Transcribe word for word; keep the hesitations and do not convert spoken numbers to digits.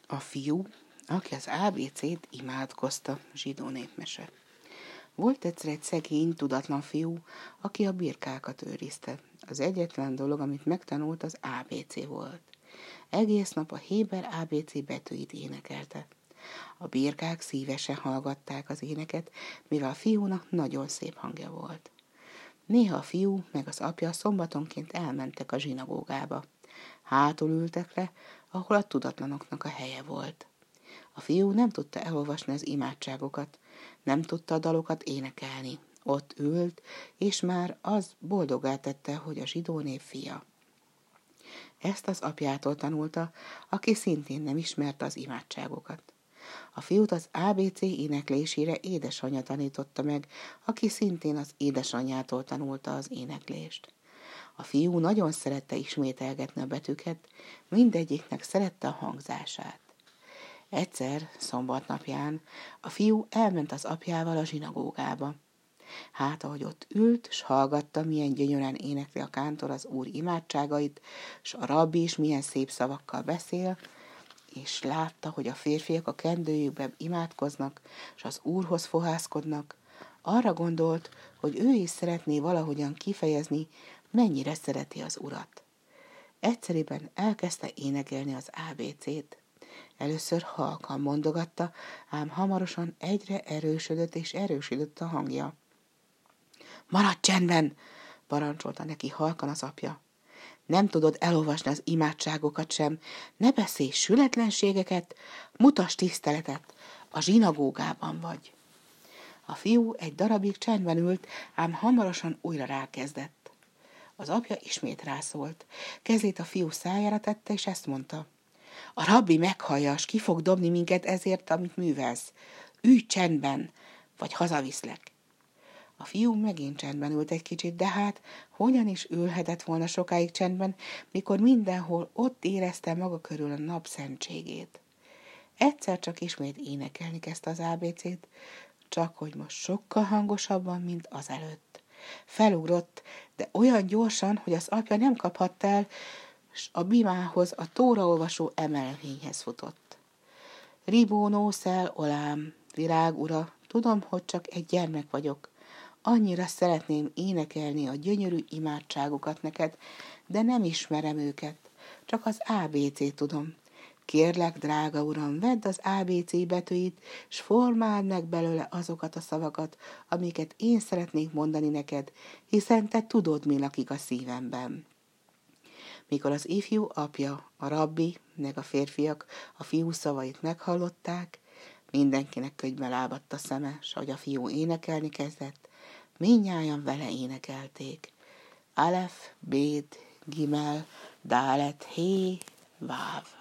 A fiú, aki az á bé cét imádkozta, zsidó népmese. Volt egyszer egy szegény, tudatlan fiú, aki a birkákat őrizte. Az egyetlen dolog, amit megtanult, az á bé cé volt. Egész nap a héber á bé cé betűit énekelte. A birkák szívesen hallgatták az éneket, mivel a fiúnak nagyon szép hangja volt. Néha a fiú meg az apja szombatonként elmentek a zsinagógába. Hátul ültek le, ahol a tudatlanoknak a helye volt. A fiú nem tudta elolvasni az imádságokat, nem tudta a dalokat énekelni. Ott ült, és már az boldoggá tette, hogy a zsidó nép fia. Ezt az apjától tanulta, aki szintén nem ismerte az imádságokat. A fiút az á bé cé éneklésére édesanyja tanította meg, aki szintén az édesanyjától tanulta az éneklést. A fiú nagyon szerette ismételgetni a betűket, mindegyiknek szerette a hangzását. Egyszer, szombatnapján, a fiú elment az apjával a zsinagógába. Hát, ahogy ott ült, s hallgatta, milyen gyönyörűen énekli a kántor az Úr imádságait, s a rabbi is milyen szép szavakkal beszél, és látta, hogy a férfiak a kendőjükben imádkoznak, s az Úrhoz fohászkodnak, arra gondolt, hogy ő is szeretné valahogyan kifejezni, mennyire szereti az Urat. Egyszeriben elkezdte énekelni az á bé cét. Először halkan mondogatta, ám hamarosan egyre erősödött és erősödött a hangja. Maradj csendben, parancsolta neki halkan az apja. Nem tudod elolvasni az imádságokat sem, ne beszélj sületlenségeket, mutasd tiszteletet, a zsinagógában vagy. A fiú egy darabig csendben ült, ám hamarosan újra rákezdett. Az apja ismét rászólt. Kezét a fiú szájára tette, és ezt mondta. A rabbi meghallja, s ki fog dobni minket ezért, amit művelsz. Ülj csendben, vagy hazaviszlek. A fiú megint csendben ült egy kicsit, de hát hogyan is ülhetett volna sokáig csendben, mikor mindenhol ott érezte maga körül a nap szentségét. Egyszer csak ismét énekelni kezdte az á bé cét, csak hogy most sokkal hangosabban, mint azelőtt. Felugrott, de olyan gyorsan, hogy az apja nem kaphatta el, s a bimához, a tóraolvasó emelvényhez futott. Ribónó szel olám, virág ura, tudom, hogy csak egy gyermek vagyok. Annyira szeretném énekelni a gyönyörű imádságokat neked, de nem ismerem őket, csak az á bé cét tudom. Kérlek, drága uram, vedd az á bé cé betűit, s formáld meg belőle azokat a szavakat, amiket én szeretnék mondani neked, hiszen te tudod, mi lakik a szívemben. Mikor az ifjú apja, a rabbi, meg a férfiak a fiú szavait meghallották, mindenkinek könyvbe lábadt a szeme, s ahogy a fiú énekelni kezdett, mindnyájan vele énekelték. Alef, Bét, Gimel, Dálet, Hé, Váv.